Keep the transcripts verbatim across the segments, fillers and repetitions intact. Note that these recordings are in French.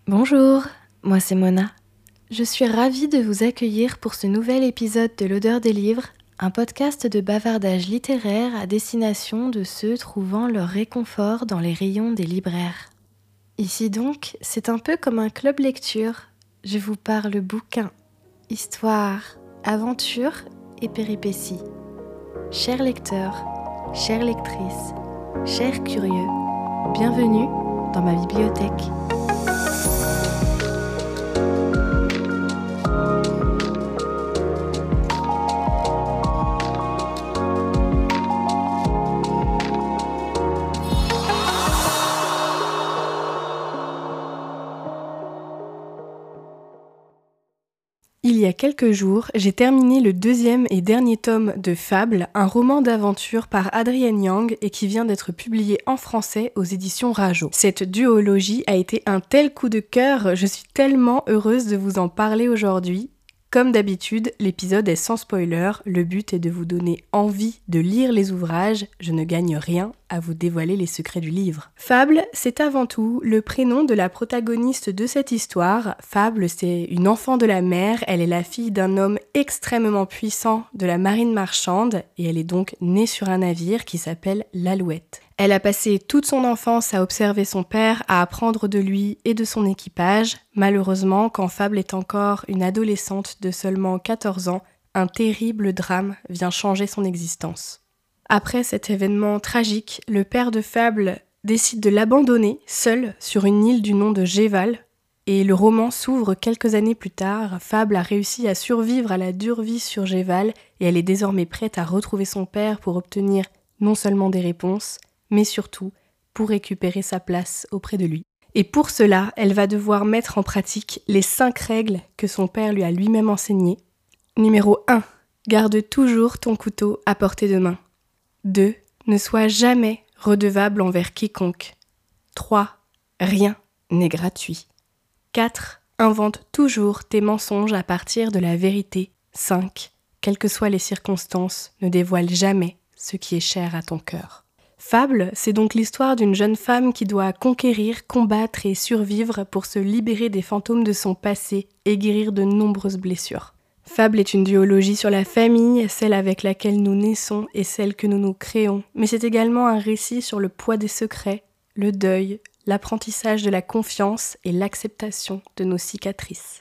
Bonjour, moi c'est Mona. Je suis ravie de vous accueillir pour ce nouvel épisode de l'Odeur des livres, un podcast de bavardage littéraire à destination de ceux trouvant leur réconfort dans les rayons des libraires. Ici donc, c'est un peu comme un club lecture. Je vous parle bouquins, histoires, aventures et péripéties. Chers lecteurs, chères lectrices, chers curieux, bienvenue dans ma bibliothèque. Il y a quelques jours, j'ai terminé le deuxième et dernier tome de Fables, un roman d'aventure par Adrienne Yang et qui vient d'être publié en français aux éditions Rajo. Cette duologie a été un tel coup de cœur, je suis tellement heureuse de vous en parler aujourd'hui. Comme d'habitude, l'épisode est sans spoiler, le but est de vous donner envie de lire les ouvrages, je ne gagne rien à vous dévoiler les secrets du livre. Fable, c'est avant tout le prénom de la protagoniste de cette histoire. Fable, c'est une enfant de la mer, elle est la fille d'un homme extrêmement puissant de la marine marchande et elle est donc née sur un navire qui s'appelle l'Alouette. Elle a passé toute son enfance à observer son père, à apprendre de lui et de son équipage. Malheureusement, quand Fable est encore une adolescente de seulement quatorze ans, un terrible drame vient changer son existence. Après cet événement tragique, le père de Fable décide de l'abandonner, seul, sur une île du nom de Géval, et le roman s'ouvre quelques années plus tard. Fable a réussi à survivre à la dure vie sur Géval, et elle est désormais prête à retrouver son père pour obtenir non seulement des réponses, mais surtout pour récupérer sa place auprès de lui. Et pour cela, elle va devoir mettre en pratique les cinq règles que son père lui a lui-même enseignées. Numéro un. Garde toujours ton couteau à portée de main. deux. Ne sois jamais redevable envers quiconque. trois. Rien n'est gratuit. quatre. Invente toujours tes mensonges à partir de la vérité. cinq. Quelles que soient les circonstances, ne dévoile jamais ce qui est cher à ton cœur. Fable, c'est donc l'histoire d'une jeune femme qui doit conquérir, combattre et survivre pour se libérer des fantômes de son passé et guérir de nombreuses blessures. Fable est une duologie sur la famille, celle avec laquelle nous naissons et celle que nous nous créons, mais c'est également un récit sur le poids des secrets, le deuil, l'apprentissage de la confiance et l'acceptation de nos cicatrices.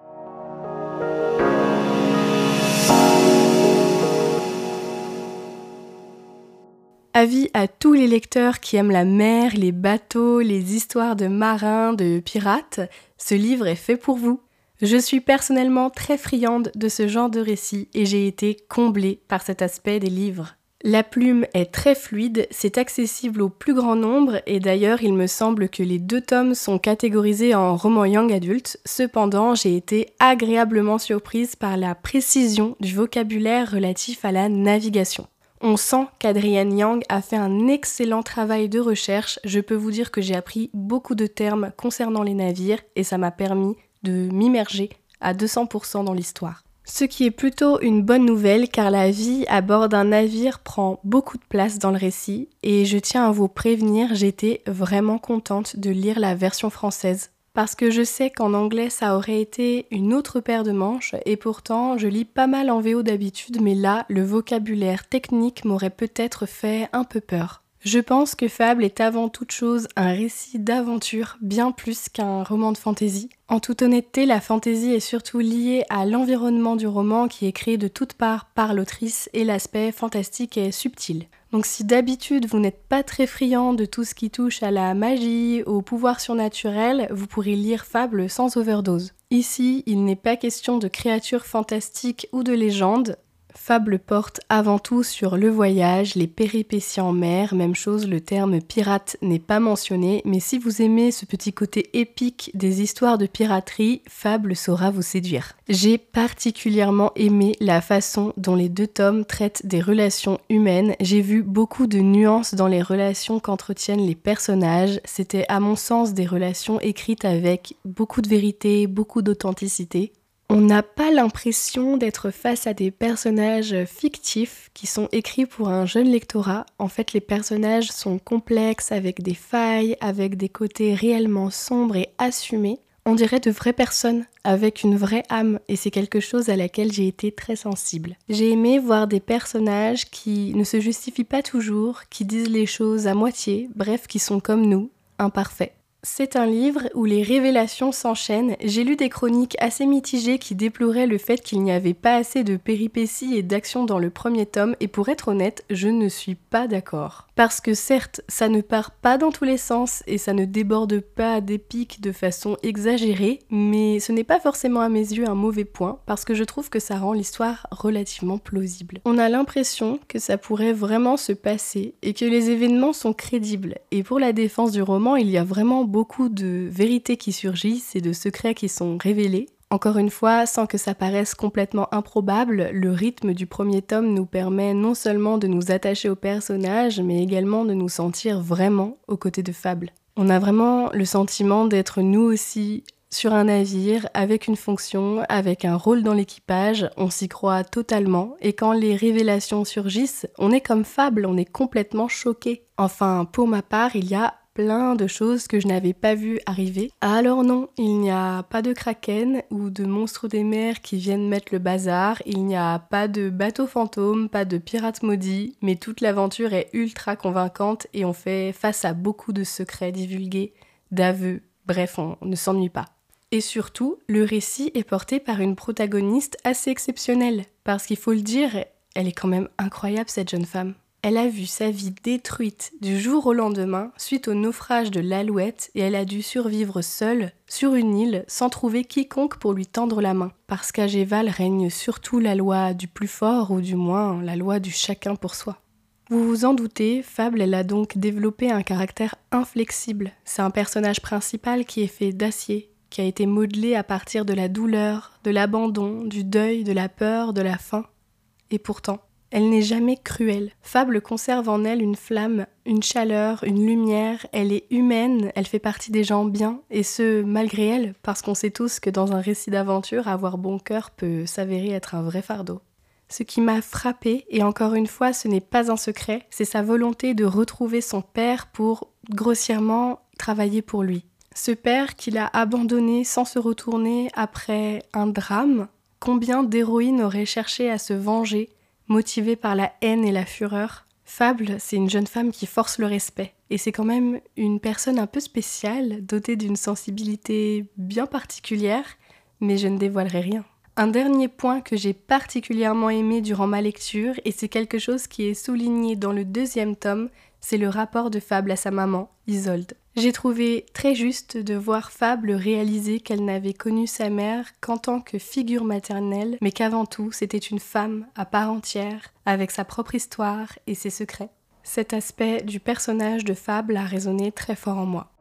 Avis à tous les lecteurs qui aiment la mer, les bateaux, les histoires de marins, de pirates, ce livre est fait pour vous. Je suis personnellement très friande de ce genre de récit et j'ai été comblée par cet aspect des livres. La plume est très fluide, c'est accessible au plus grand nombre et d'ailleurs il me semble que les deux tomes sont catégorisés en roman young adulte. Cependant, j'ai été agréablement surprise par la précision du vocabulaire relatif à la navigation. On sent qu'Adrienne Yang a fait un excellent travail de recherche. Je peux vous dire que j'ai appris beaucoup de termes concernant les navires et ça m'a permis de m'immerger à deux cents pour cent dans l'histoire. Ce qui est plutôt une bonne nouvelle car la vie à bord d'un navire prend beaucoup de place dans le récit et je tiens à vous prévenir, j'étais vraiment contente de lire la version française. Parce que je sais qu'en anglais ça aurait été une autre paire de manches et pourtant je lis pas mal en V O d'habitude mais là le vocabulaire technique m'aurait peut-être fait un peu peur. Je pense que Fable est avant toute chose un récit d'aventure bien plus qu'un roman de fantasy. En toute honnêteté, la fantasy est surtout liée à l'environnement du roman qui est créé de toutes parts par l'autrice et l'aspect fantastique est subtil. Donc si d'habitude vous n'êtes pas très friand de tout ce qui touche à la magie, au pouvoir surnaturel, vous pourrez lire Fable sans overdose. Ici, il n'est pas question de créatures fantastiques ou de légendes. Fable porte avant tout sur le voyage, les péripéties en mer, même chose, le terme pirate n'est pas mentionné, mais si vous aimez ce petit côté épique des histoires de piraterie, Fable saura vous séduire. J'ai particulièrement aimé la façon dont les deux tomes traitent des relations humaines, j'ai vu beaucoup de nuances dans les relations qu'entretiennent les personnages, c'était à mon sens des relations écrites avec beaucoup de vérité, beaucoup d'authenticité. On n'a pas l'impression d'être face à des personnages fictifs qui sont écrits pour un jeune lectorat. En fait, les personnages sont complexes, avec des failles, avec des côtés réellement sombres et assumés. On dirait de vraies personnes, avec une vraie âme, et c'est quelque chose à laquelle j'ai été très sensible. J'ai aimé voir des personnages qui ne se justifient pas toujours, qui disent les choses à moitié, bref, qui sont comme nous, imparfaits. C'est un livre où les révélations s'enchaînent. J'ai lu des chroniques assez mitigées qui déploraient le fait qu'il n'y avait pas assez de péripéties et d'action dans le premier tome, et pour être honnête, je ne suis pas d'accord. Parce que certes, ça ne part pas dans tous les sens et ça ne déborde pas d'épique de façon exagérée, mais ce n'est pas forcément à mes yeux un mauvais point, parce que je trouve que ça rend l'histoire relativement plausible. On a l'impression que ça pourrait vraiment se passer et que les événements sont crédibles, et pour la défense du roman, il y a vraiment beaucoup de vérités qui surgissent et de secrets qui sont révélés. Encore une fois, sans que ça paraisse complètement improbable, le rythme du premier tome nous permet non seulement de nous attacher aux personnages, mais également de nous sentir vraiment aux côtés de Fable. On a vraiment le sentiment d'être nous aussi sur un navire, avec une fonction, avec un rôle dans l'équipage, on s'y croit totalement, et quand les révélations surgissent, on est comme Fable, on est complètement choqué. Enfin, pour ma part, il y a plein de choses que je n'avais pas vues arriver. Alors non, il n'y a pas de kraken ou de monstres des mers qui viennent mettre le bazar, il n'y a pas de bateau fantôme, pas de pirates maudits, mais toute l'aventure est ultra convaincante et on fait face à beaucoup de secrets divulgués, d'aveux, bref, on ne s'ennuie pas. Et surtout, le récit est porté par une protagoniste assez exceptionnelle, parce qu'il faut le dire, elle est quand même incroyable cette jeune femme. Elle a vu sa vie détruite du jour au lendemain suite au naufrage de l'Alouette et elle a dû survivre seule sur une île sans trouver quiconque pour lui tendre la main. Parce qu'à Géval règne surtout la loi du plus fort ou du moins la loi du chacun pour soi. Vous vous en doutez, Fable elle a donc développé un caractère inflexible. C'est un personnage principal qui est fait d'acier, qui a été modelé à partir de la douleur, de l'abandon, du deuil, de la peur, de la faim. Et pourtant, elle n'est jamais cruelle. Fable conserve en elle une flamme, une chaleur, une lumière. Elle est humaine, elle fait partie des gens bien, et ce, malgré elle, parce qu'on sait tous que dans un récit d'aventure, avoir bon cœur peut s'avérer être un vrai fardeau. Ce qui m'a frappée, et encore une fois, ce n'est pas un secret, c'est sa volonté de retrouver son père pour, grossièrement, travailler pour lui. Ce père qu'il a abandonné sans se retourner après un drame, combien d'héroïnes auraient cherché à se venger, motivée par la haine et la fureur. Fable, c'est une jeune femme qui force le respect. Et c'est quand même une personne un peu spéciale, dotée d'une sensibilité bien particulière, mais je ne dévoilerai rien. Un dernier point que j'ai particulièrement aimé durant ma lecture, et c'est quelque chose qui est souligné dans le deuxième tome, c'est le rapport de Fable à sa maman, Isolde. J'ai trouvé très juste de voir Fable réaliser qu'elle n'avait connu sa mère qu'en tant que figure maternelle, mais qu'avant tout, c'était une femme à part entière, avec sa propre histoire et ses secrets. Cet aspect du personnage de Fable a résonné très fort en moi.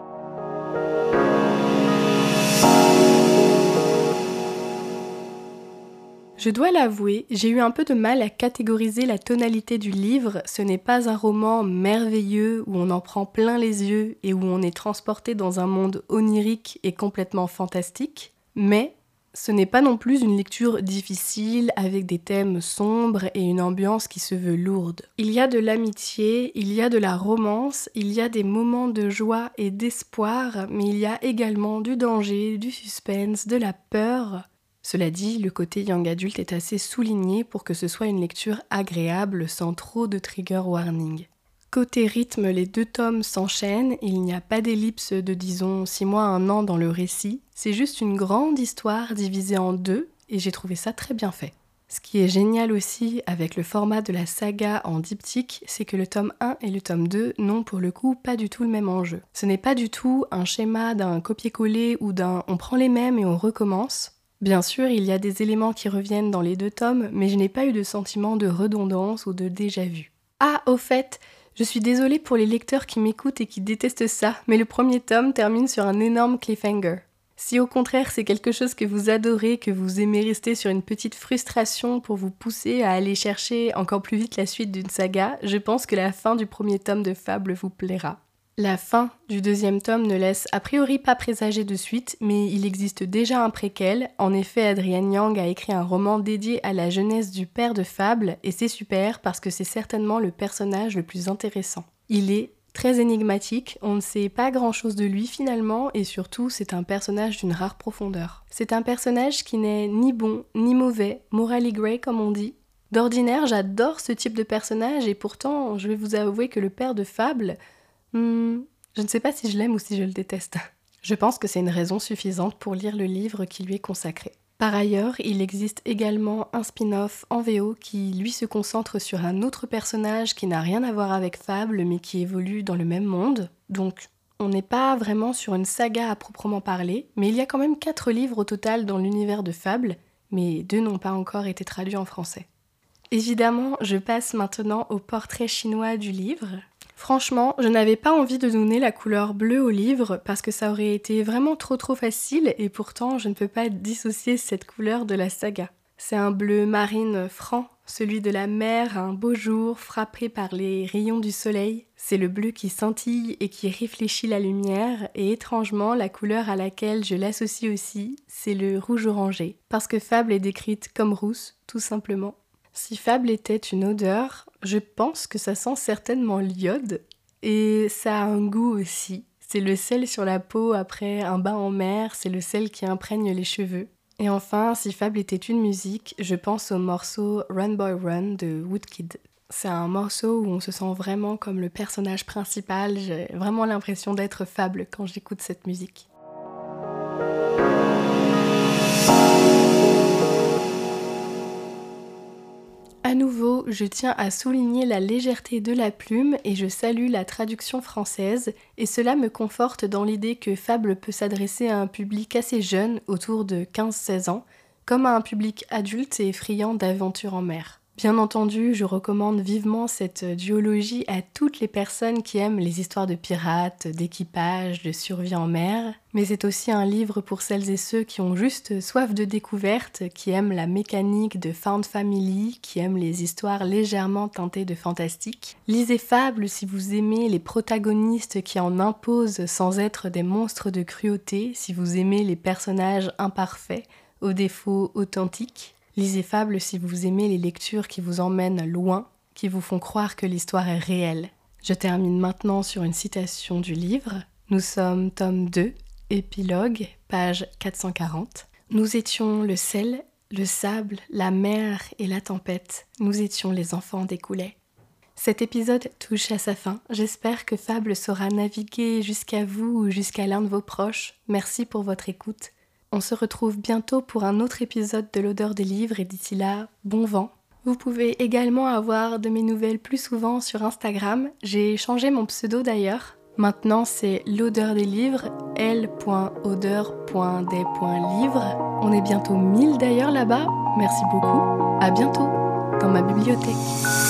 Je dois l'avouer, j'ai eu un peu de mal à catégoriser la tonalité du livre. Ce n'est pas un roman merveilleux où on en prend plein les yeux et où on est transporté dans un monde onirique et complètement fantastique. Mais ce n'est pas non plus une lecture difficile avec des thèmes sombres et une ambiance qui se veut lourde. Il y a de l'amitié, il y a de la romance, il y a des moments de joie et d'espoir, mais il y a également du danger, du suspense, de la peur. Cela dit, le côté young adulte est assez souligné pour que ce soit une lecture agréable sans trop de trigger warning. Côté rythme, les deux tomes s'enchaînent, il n'y a pas d'ellipse de disons six mois à un an dans le récit, c'est juste une grande histoire divisée en deux et j'ai trouvé ça très bien fait. Ce qui est génial aussi avec le format de la saga en diptyque, c'est que le tome un et le tome deux n'ont pour le coup pas du tout le même enjeu. Ce n'est pas du tout un schéma d'un copier-coller ou d'un on prend les mêmes et on recommence. Bien sûr, il y a des éléments qui reviennent dans les deux tomes, mais je n'ai pas eu de sentiment de redondance ou de déjà-vu. Ah, au fait, je suis désolée pour les lecteurs qui m'écoutent et qui détestent ça, mais le premier tome termine sur un énorme cliffhanger. Si au contraire c'est quelque chose que vous adorez, que vous aimez rester sur une petite frustration pour vous pousser à aller chercher encore plus vite la suite d'une saga, je pense que la fin du premier tome de Fable vous plaira. La fin du deuxième tome ne laisse a priori pas présager de suite, mais il existe déjà un préquel. En effet, Adrienne Yang a écrit un roman dédié à la jeunesse du père de Fable, et c'est super parce que c'est certainement le personnage le plus intéressant. Il est très énigmatique, on ne sait pas grand-chose de lui finalement, et surtout c'est un personnage d'une rare profondeur. C'est un personnage qui n'est ni bon ni mauvais, morally grey comme on dit. D'ordinaire, j'adore ce type de personnage, et pourtant, je vais vous avouer que le père de Fable, hmm, je ne sais pas si je l'aime ou si je le déteste. Je pense que c'est une raison suffisante pour lire le livre qui lui est consacré. Par ailleurs, il existe également un spin-off en V O qui, lui, se concentre sur un autre personnage qui n'a rien à voir avec Fable, mais qui évolue dans le même monde. Donc, on n'est pas vraiment sur une saga à proprement parler, mais il y a quand même quatre livres au total dans l'univers de Fable, mais deux n'ont pas encore été traduits en français. Évidemment, je passe maintenant au portrait chinois du livre. Franchement, je n'avais pas envie de donner la couleur bleue au livre parce que ça aurait été vraiment trop trop facile, et pourtant je ne peux pas dissocier cette couleur de la saga. C'est un bleu marine franc, celui de la mer, un beau jour frappé par les rayons du soleil. C'est le bleu qui scintille et qui réfléchit la lumière, et étrangement la couleur à laquelle je l'associe aussi, c'est le rouge orangé, parce que Fable est décrite comme rousse, tout simplement. Si Fable était une odeur, je pense que ça sent certainement l'iode, et ça a un goût aussi. C'est le sel sur la peau après un bain en mer, c'est le sel qui imprègne les cheveux. Et enfin, si Fable était une musique, je pense au morceau Run Boy Run de Woodkid. C'est un morceau où on se sent vraiment comme le personnage principal, j'ai vraiment l'impression d'être Fable quand j'écoute cette musique. À nouveau, je tiens à souligner la légèreté de la plume et je salue la traduction française, et cela me conforte dans l'idée que Fable peut s'adresser à un public assez jeune, autour de quinze seize ans, comme à un public adulte et friand d'aventures en mer. Bien entendu, je recommande vivement cette duologie à toutes les personnes qui aiment les histoires de pirates, d'équipage, de survie en mer, mais c'est aussi un livre pour celles et ceux qui ont juste soif de découverte, qui aiment la mécanique de Found Family, qui aiment les histoires légèrement teintées de fantastique. Lisez Fable si vous aimez les protagonistes qui en imposent sans être des monstres de cruauté, si vous aimez les personnages imparfaits, aux défauts authentiques. Lisez Fable si vous aimez les lectures qui vous emmènent loin, qui vous font croire que l'histoire est réelle. Je termine maintenant sur une citation du livre. Nous sommes tome deux, épilogue, page quatre cent quarante. Nous étions le sel, le sable, la mer et la tempête. Nous étions les enfants des coulées. Cet épisode touche à sa fin. J'espère que Fable saura naviguer jusqu'à vous ou jusqu'à l'un de vos proches. Merci pour votre écoute. On se retrouve bientôt pour un autre épisode de l'odeur des livres, et d'ici là, bon vent. Vous pouvez également avoir de mes nouvelles plus souvent sur Instagram. J'ai changé mon pseudo d'ailleurs. Maintenant c'est l'odeur des livres, l point odeur point des point livres. On est bientôt mille d'ailleurs là-bas. Merci beaucoup. À bientôt dans ma bibliothèque.